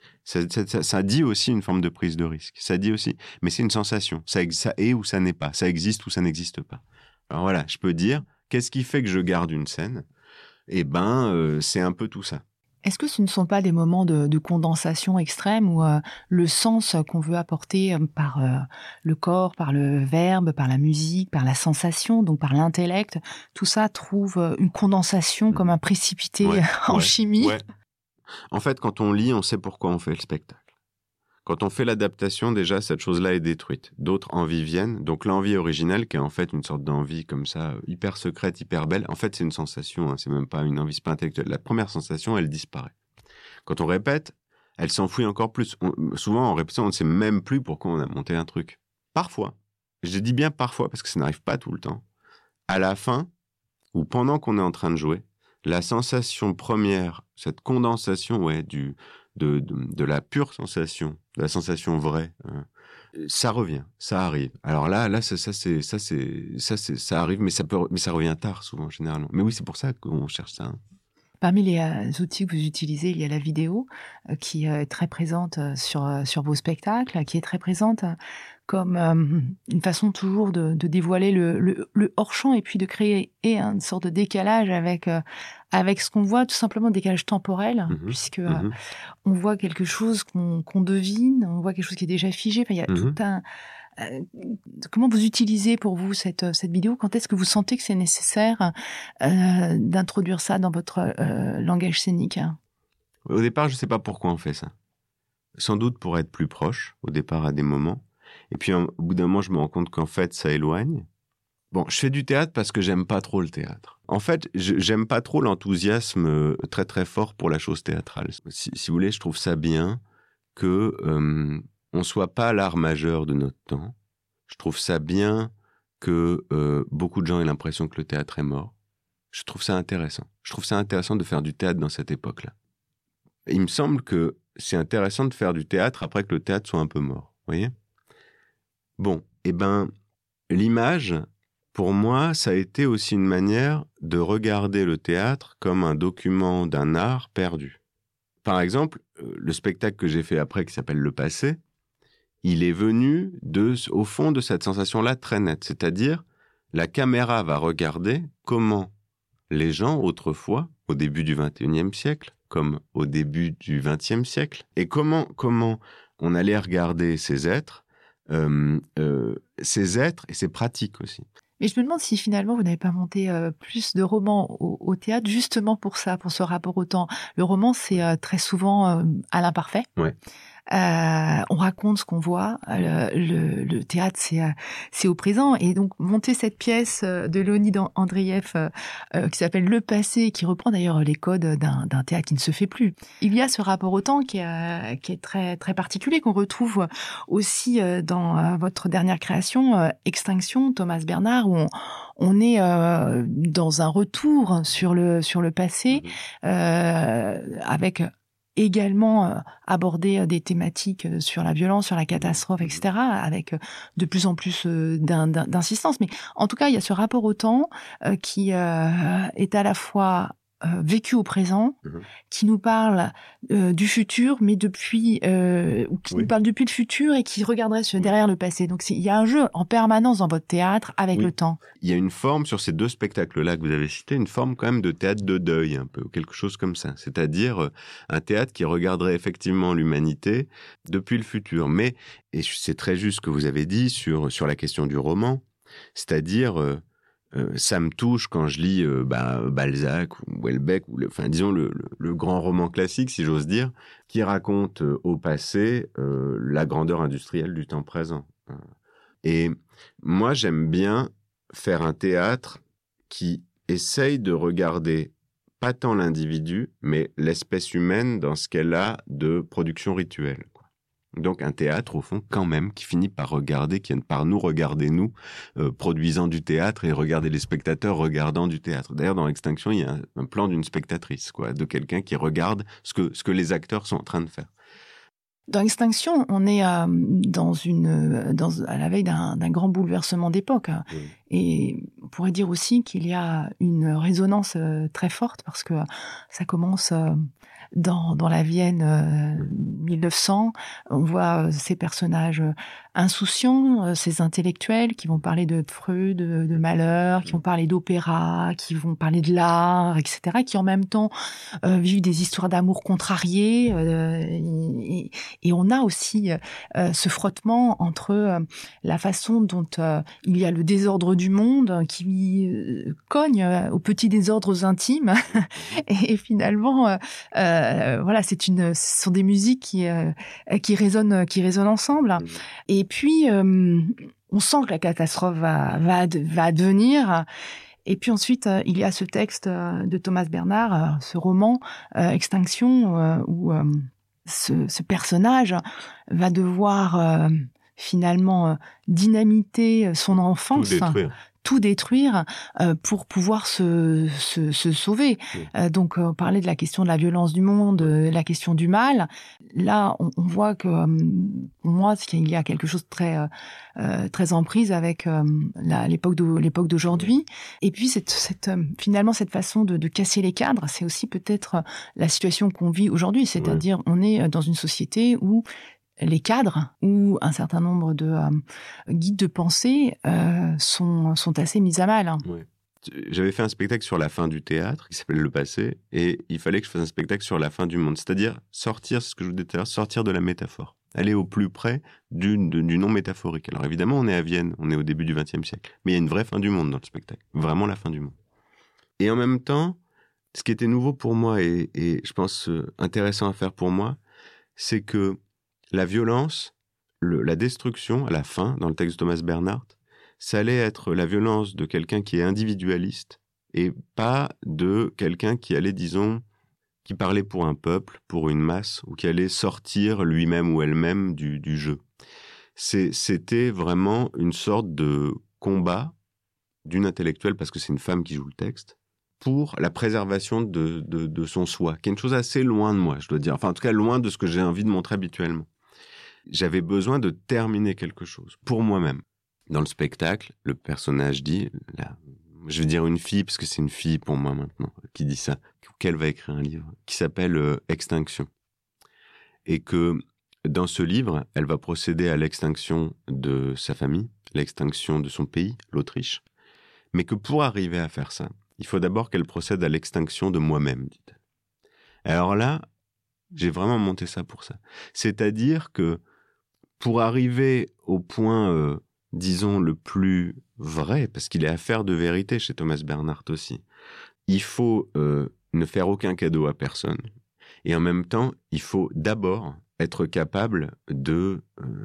Ça dit aussi une forme de prise de risque. Ça dit aussi, mais c'est une sensation. Ça est ou ça n'est pas. Ça existe ou ça n'existe pas. Alors voilà, je peux dire, qu'est-ce qui fait que je garde une scène ? Eh ben, c'est un peu tout ça. Est-ce que ce ne sont pas des moments de condensation extrême où le sens qu'on veut apporter par le corps, par le verbe, par la musique, par la sensation, donc par l'intellect, tout ça trouve une condensation comme un précipité en chimie? Ouais. En fait, quand on lit, on sait pourquoi on fait le spectacle. Quand on fait l'adaptation, déjà, cette chose-là est détruite. D'autres envies viennent. Donc l'envie originale, qui est en fait une sorte d'envie comme ça, hyper secrète, hyper belle, en fait, c'est une sensation, hein, c'est même pas une envie, c'est pas intellectuelle. La première sensation, elle disparaît. Quand on répète, elle s'enfouit encore plus. Souvent, en répétition, on ne sait même plus pourquoi on a monté un truc. Parfois, je dis bien parfois, parce que ça n'arrive pas tout le temps, à la fin, ou pendant qu'on est en train de jouer, la sensation première, cette condensation, de la pure sensation, de la sensation vraie, ça revient, ça arrive. Alors là, ça arrive, mais ça revient tard souvent, généralement. Mais oui, c'est pour ça qu'on cherche ça. Hein. Parmi les outils que vous utilisez, il y a la vidéo qui est très présente sur vos spectacles, qui est très présente comme une façon toujours de dévoiler le hors-champ et puis de créer une sorte de décalage avec ce qu'on voit, tout simplement décalage temporel, puisque on voit quelque chose qu'on devine, on voit quelque chose qui est déjà figé. Enfin, il y a tout un... comment vous utilisez pour vous cette vidéo ? Quand est-ce que vous sentez que c'est nécessaire d'introduire ça dans votre langage scénique ? Au départ, je ne sais pas pourquoi on fait ça. Sans doute pour être plus proche, au départ, à des moments. Et puis, au bout d'un moment, je me rends compte qu'en fait, ça éloigne. Bon, je fais du théâtre parce que j'aime pas trop le théâtre. En fait, j'aime pas trop l'enthousiasme très très fort pour la chose théâtrale. Si vous voulez, je trouve ça bien que on soit pas l'art majeur de notre temps. Je trouve ça bien que beaucoup de gens aient l'impression que le théâtre est mort. Je trouve ça intéressant. Je trouve ça intéressant de faire du théâtre dans cette époque-là. Il me semble que c'est intéressant de faire du théâtre après que le théâtre soit un peu mort. Vous voyez ? Bon, eh ben, l'image, pour moi, ça a été aussi une manière de regarder le théâtre comme un document d'un art perdu. Par exemple, le spectacle que j'ai fait après, qui s'appelle Le Passé, il est venu au fond de cette sensation-là très nette. C'est-à-dire, la caméra va regarder comment les gens, autrefois, au début du XXIe siècle, comme au début du XXe siècle, et comment on allait regarder ces êtres, et ces pratiques aussi. Mais je me demande si finalement vous n'avez pas monté plus de romans au théâtre justement pour ça, pour ce rapport au temps. Le roman, c'est très souvent à l'imparfait. Ouais. On raconte ce qu'on voit. Le théâtre, c'est au présent. Et donc, monter cette pièce de Léonide Andreïev qui s'appelle Le Passé, qui reprend d'ailleurs les codes d'un théâtre qui ne se fait plus. Il y a ce rapport au temps qui est très, très particulier, qu'on retrouve aussi dans votre dernière création, Extinction, Thomas Bernhard, où on est dans un retour sur le passé, avec également aborder des thématiques sur la violence, sur la catastrophe, etc., avec de plus en plus d'insistance. Mais en tout cas, il y a ce rapport au temps qui est à la fois vécu au présent, qui nous parle du futur, mais depuis nous parle depuis le futur et qui regarderait derrière le passé. Donc il y a un jeu en permanence dans votre théâtre avec le temps. Il y a une forme sur ces deux spectacles-là que vous avez cités, une forme quand même de théâtre de deuil un peu, ou quelque chose comme ça. C'est-à-dire un théâtre qui regarderait effectivement l'humanité depuis le futur. Mais, et c'est très juste ce que vous avez dit sur la question du roman, c'est-à-dire ça me touche quand je lis Balzac ou Houellebecq, disons le grand roman classique, si j'ose dire, qui raconte au passé la grandeur industrielle du temps présent. Et moi, j'aime bien faire un théâtre qui essaye de regarder pas tant l'individu, mais l'espèce humaine dans ce qu'elle a de production rituelle. Donc un théâtre, au fond, quand même, qui finit par regarder, qui par nous regarder, nous, produisant du théâtre, et regarder les spectateurs regardant du théâtre. D'ailleurs, dans Extinction, il y a un plan d'une spectatrice, quoi, de quelqu'un qui regarde ce que les acteurs sont en train de faire. Dans Extinction, on est à la veille d'un grand bouleversement d'époque. Oui. Et on pourrait dire aussi qu'il y a une résonance très forte, parce que ça commence dans la Vienne 1900. On voit ces personnages insouciants, ces intellectuels qui vont parler de Freud, de Malheur, qui vont parler d'opéra, qui vont parler de l'art, etc., qui en même temps vivent des histoires d'amour contrariées. Et on a aussi ce frottement entre la façon dont il y a le désordre du monde qui cogne aux petits désordres intimes. Et finalement, voilà, ce sont des musiques qui résonnent ensemble. Et puis, on sent que la catastrophe va advenir. Et puis ensuite, il y a ce texte de Thomas Bernhard, ce roman Extinction, où ce personnage va devoir finalement dynamiter son enfance. Tout détruire pour pouvoir se sauver. Oui. Donc, on parlait de la question de la violence du monde, la question du mal. Là, on voit que, pour moi, il y a quelque chose de très en prise avec l'époque d'aujourd'hui. Oui. Et puis, finalement, cette façon de casser les cadres, c'est aussi peut-être la situation qu'on vit aujourd'hui. C'est-à-dire, oui. On est dans une société où les cadres ou un certain nombre de guides de pensée sont assez mis à mal. Ouais. J'avais fait un spectacle sur la fin du théâtre qui s'appelle Le Passé, et il fallait que je fasse un spectacle sur la fin du monde, c'est-à-dire sortir, c'est ce que je vous disais tout à l'heure, sortir de la métaphore, aller au plus près du non métaphorique. Alors évidemment, on est à Vienne, on est au début du XXe siècle, mais il y a une vraie fin du monde dans le spectacle, vraiment la fin du monde. Et en même temps, ce qui était nouveau pour moi et je pense intéressant à faire pour moi, c'est que la violence, la destruction, à la fin, dans le texte de Thomas Bernhard, ça allait être la violence de quelqu'un qui est individualiste et pas de quelqu'un qui allait, disons, qui parlait pour un peuple, pour une masse, ou qui allait sortir lui-même ou elle-même du jeu. C'était vraiment une sorte de combat d'une intellectuelle, parce que c'est une femme qui joue le texte, pour la préservation de son soi, qui est une chose assez loin de moi, je dois dire. Enfin, en tout cas, loin de ce que j'ai envie de montrer habituellement. J'avais besoin de terminer quelque chose, pour moi-même. Dans le spectacle, le personnage dit, je vais dire une fille, parce que c'est une fille pour moi maintenant, qui dit ça, qu'elle va écrire un livre, qui s'appelle Extinction. Et que dans ce livre, elle va procéder à l'extinction de sa famille, l'extinction de son pays, l'Autriche, mais que pour arriver à faire ça, il faut d'abord qu'elle procède à l'extinction de moi-même, dit-elle. Alors là, j'ai vraiment monté ça pour ça. C'est-à-dire que pour arriver au point, disons, le plus vrai, parce qu'il est affaire de vérité chez Thomas Bernhard aussi, il faut ne faire aucun cadeau à personne. Et en même temps, il faut d'abord être capable de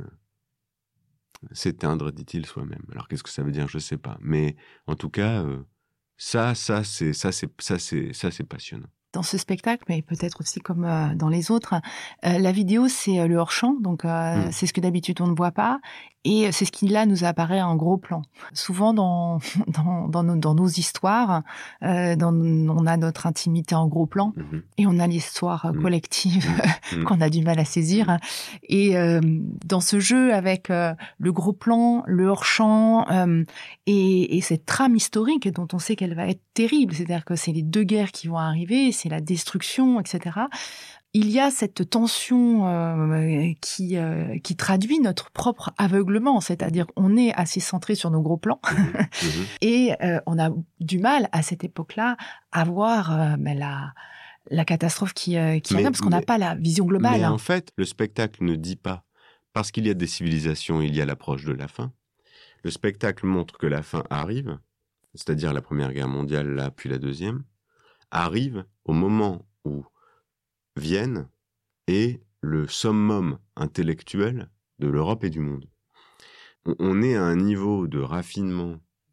s'éteindre, dit-il, soi-même. Alors qu'est-ce que ça veut dire? Je ne sais pas. Mais en tout cas, ça c'est passionnant. Dans ce spectacle, mais peut-être aussi comme dans les autres, la vidéo, c'est le hors-champ, donc c'est ce que d'habitude on ne voit pas, et c'est ce qui là nous apparaît en gros plan. Souvent dans nos histoires, on a notre intimité en gros plan, et on a l'histoire collective qu'on a du mal à saisir. Et dans ce jeu avec le gros plan, le hors-champ, et cette trame historique dont on sait qu'elle va être terrible, c'est-à-dire que c'est les deux guerres qui vont arriver, c'est la destruction, etc. Il y a cette tension qui traduit notre propre aveuglement, c'est-à-dire on est assez centré sur nos gros plans et on a du mal à cette époque-là à voir la catastrophe qui arrive, parce qu'on n'a pas la vision globale. Mais en fait, le spectacle ne dit pas, parce qu'il y a des civilisations, il y a l'approche de la fin. Le spectacle montre que la fin arrive, c'est-à-dire la Première Guerre mondiale, là, puis la Deuxième, arrive au moment où Vienne est le summum intellectuel de l'Europe et du monde. On est à un niveau de raffinement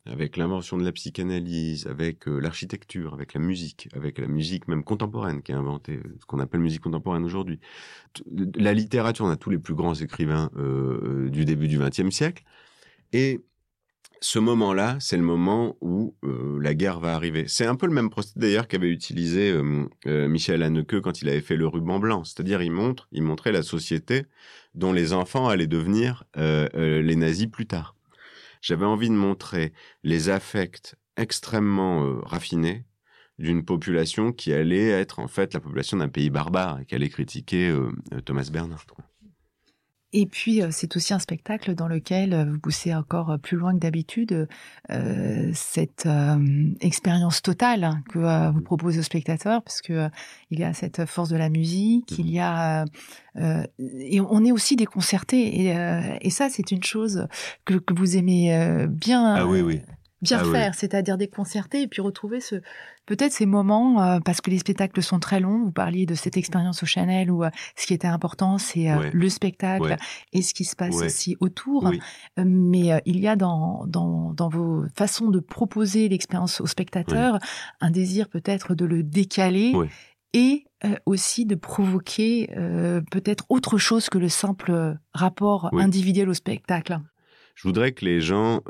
avec l'invention de la psychanalyse, avec l'architecture, avec la musique même contemporaine qui a inventé ce qu'on appelle musique contemporaine aujourd'hui. La littérature, on a tous les plus grands écrivains du début du XXe siècle. Et ce moment-là, c'est le moment où la guerre va arriver. C'est un peu le même procédé d'ailleurs qu'avait utilisé Michel Haneke quand il avait fait Le Ruban blanc. C'est-à-dire, il montrait la société dont les enfants allaient devenir les nazis plus tard. J'avais envie de montrer les affects extrêmement raffinés d'une population qui allait être en fait la population d'un pays barbare et qui allait critiquer Thomas Bernhard. Et puis, c'est aussi un spectacle dans lequel vous poussez encore plus loin que d'habitude cette expérience totale que vous proposez aux spectateurs, parce que il y a cette force de la musique, il y a et on est aussi déconcerté. Et ça, c'est une chose que vous aimez bien. Ah oui, oui. Bien faire, oui. C'est-à-dire déconcerter et puis retrouver peut-être ces moments, parce que les spectacles sont très longs. Vous parliez de cette expérience au Chanel où ce qui était important, c'est le spectacle et ce qui se passe aussi autour. Oui. Mais il y a dans vos façons de proposer l'expérience au spectateur un désir peut-être de le décaler et aussi de provoquer peut-être autre chose que le simple rapport individuel au spectacle. Je voudrais que les gens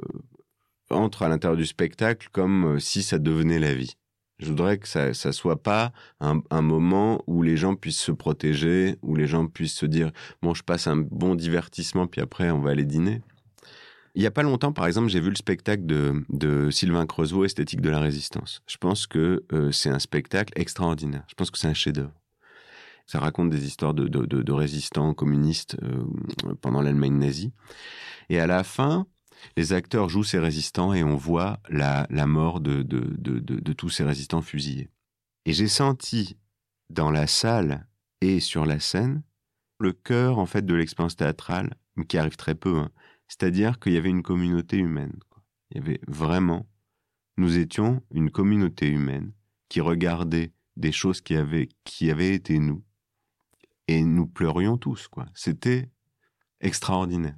entre à l'intérieur du spectacle comme si ça devenait la vie. Je voudrais que ça soit pas un moment où les gens puissent se protéger, où les gens puissent se dire « bon, je passe un bon divertissement, puis après, on va aller dîner ». Il y a pas longtemps, par exemple, j'ai vu le spectacle de Sylvain Creusot, Esthétique de la résistance. Je pense que c'est un spectacle extraordinaire. Je pense que c'est un chef-d'œuvre. Ça raconte des histoires de résistants communistes pendant l'Allemagne nazie. Et à la fin, les acteurs jouent ces résistants et on voit la mort de tous ces résistants fusillés. Et j'ai senti dans la salle et sur la scène le cœur en fait de l'expérience théâtrale, qui arrive très peu. C'est-à-dire qu'il y avait une communauté humaine. Il y avait vraiment, nous étions une communauté humaine qui regardait des choses qui avaient été nous, et nous pleurions tous, quoi. C'était extraordinaire.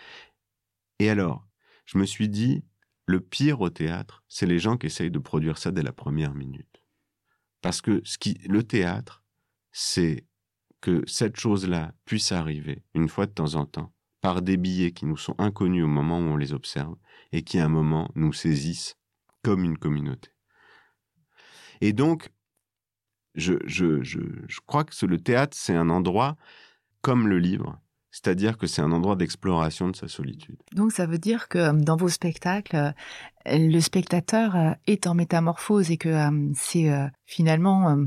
Et alors, je me suis dit, le pire au théâtre, c'est les gens qui essayent de produire ça dès la première minute. Parce que le théâtre, c'est que cette chose-là puisse arriver, une fois de temps en temps, par des billets qui nous sont inconnus au moment où on les observe, et qui, à un moment, nous saisissent comme une communauté. Et donc, je crois que le théâtre, c'est un endroit comme le livre, c'est-à-dire que c'est un endroit d'exploration de sa solitude. Donc ça veut dire que dans vos spectacles, le spectateur est en métamorphose et que c'est finalement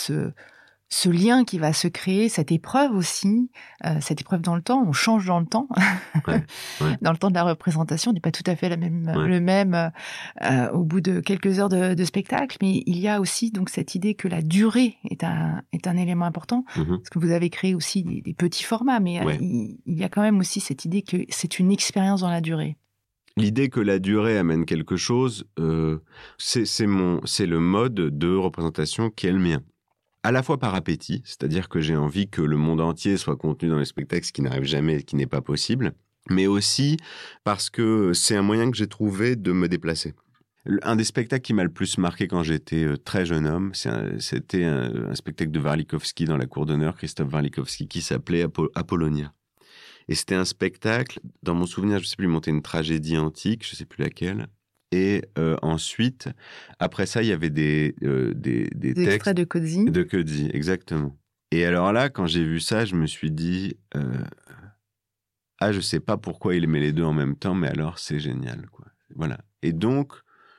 ce lien qui va se créer, cette épreuve aussi, cette épreuve dans le temps, on change dans le temps. Dans le temps de la représentation, on n'est pas tout à fait le même au bout de quelques heures de spectacle, mais il y a aussi donc cette idée que la durée est un élément important, parce que vous avez créé aussi des petits formats, mais il y a quand même aussi cette idée que c'est une expérience dans la durée. L'idée que la durée amène quelque chose, c'est le mode de représentation qui est le mien. À la fois par appétit, c'est-à-dire que j'ai envie que le monde entier soit contenu dans les spectacles, ce qui n'arrive jamais, qui n'est pas possible, mais aussi parce que c'est un moyen que j'ai trouvé de me déplacer. Un des spectacles qui m'a le plus marqué quand j'étais très jeune homme, c'était un spectacle de Warlikowski dans la cour d'honneur, Christophe Warlikowski, qui s'appelait Apollonia. Et c'était un spectacle, dans mon souvenir, je ne sais plus, il montait une tragédie antique, je ne sais plus laquelle. Et ensuite, après ça, il y avait des textes extraits de Coetzee. De Coetzee, exactement. Et alors là, quand j'ai vu ça, je me suis dit, je sais pas pourquoi il met les deux en même temps, mais alors c'est génial, quoi. Voilà. Et donc,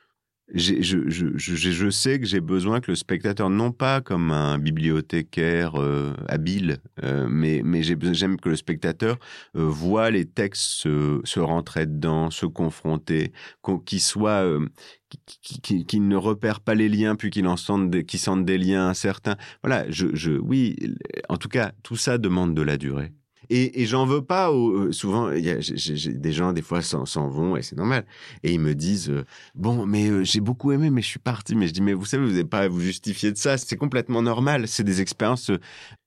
je sais que j'ai besoin que le spectateur, non pas comme un bibliothécaire habile, mais j'aime que le spectateur voit les textes se rentrer dedans, se confronter, qu'il ne repère pas les liens, puis qu'il sente des liens incertains. Voilà, oui, en tout cas, tout ça demande de la durée. Et j'en veux pas. Souvent, j'ai des gens, des fois, s'en vont, et c'est normal. Et ils me disent, bon, mais j'ai beaucoup aimé, mais je suis parti. Mais je dis, mais vous savez, vous n'avez pas à vous justifier de ça. C'est complètement normal. C'est des expériences.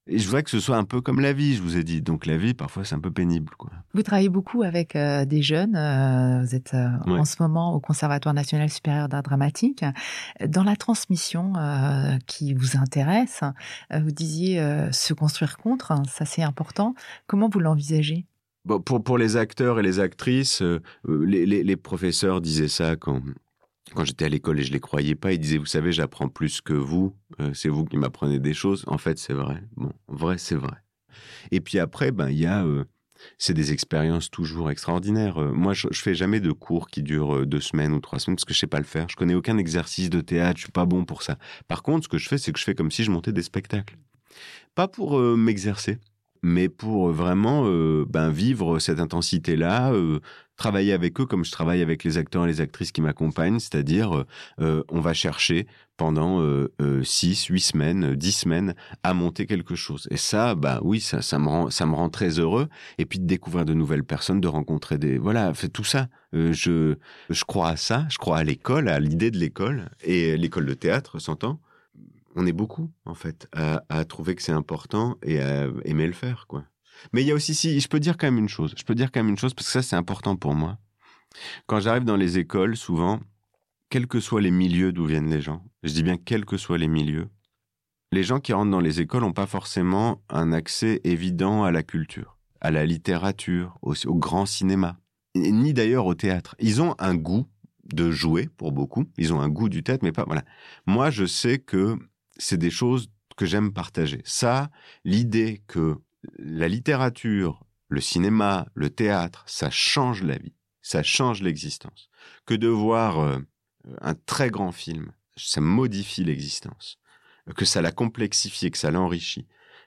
Et je voudrais que ce soit un peu comme la vie, je vous ai dit. Donc la vie, parfois, c'est un peu pénible, quoi. Vous travaillez beaucoup avec des jeunes. Vous êtes en ce moment au Conservatoire national supérieur d'art dramatique. Dans la transmission qui vous intéresse, vous disiez se construire contre, ça c'est important. Comment vous l'envisagez ? Bon, pour les acteurs et les actrices, les professeurs disaient ça quand j'étais à l'école et je les croyais pas. Ils disaient, vous savez, j'apprends plus que vous. C'est vous qui m'apprenez des choses. En fait, c'est vrai. Bon, vrai, c'est vrai. Et puis après, il y a... c'est des expériences toujours extraordinaires. Moi, je fais jamais de cours qui durent 2 semaines ou 3 semaines parce que je sais pas le faire. Je connais aucun exercice de théâtre. Je suis pas bon pour ça. Par contre, ce que je fais, c'est que je fais comme si je montais des spectacles. Pas pour m'exercer, mais pour vraiment vivre cette intensité-là, travailler avec eux comme je travaille avec les acteurs et les actrices qui m'accompagnent, c'est-à-dire on va chercher pendant 6, 8 semaines, 10 semaines à monter quelque chose. Et ça, oui, ça me rend très heureux. Et puis de découvrir de nouvelles personnes, de rencontrer Voilà, fait tout ça. Je crois à ça, je crois à l'école, à l'idée de l'école, et l'école de théâtre, s'entend. On est beaucoup, en fait, à trouver que c'est important et à aimer le faire, quoi. Mais il y a aussi, je peux dire quand même une chose. Je peux dire quand même une chose, parce que ça, c'est important pour moi. Quand j'arrive dans les écoles, souvent, quels que soient les milieux d'où viennent les gens, je dis bien quels que soient les milieux, les gens qui rentrent dans les écoles n'ont pas forcément un accès évident à la culture, à la littérature, au grand cinéma, ni d'ailleurs au théâtre. Ils ont un goût de jouer, pour beaucoup. Ils ont un goût du théâtre, mais pas... Voilà. Moi, je sais que c'est des choses que j'aime partager. Ça, l'idée que la littérature, le cinéma, le théâtre, ça change la vie, ça change l'existence. Que de voir un très grand film, ça modifie l'existence. Que ça la complexifie, que ça l'enrichit.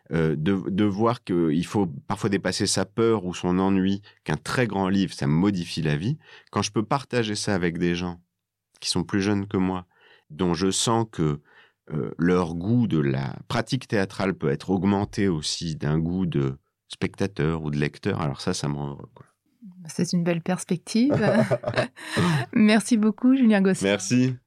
De voir qu'il faut parfois dépasser sa peur ou son ennui, qu'un très grand livre, ça modifie la vie. Quand je peux partager ça avec des gens qui sont plus jeunes que moi, dont je sens que leur goût de la pratique théâtrale peut être augmenté aussi d'un goût de spectateur ou de lecteur, alors ça me rend heureux, quoi. C'est une belle perspective. Merci beaucoup, Julien Gosselin. Merci.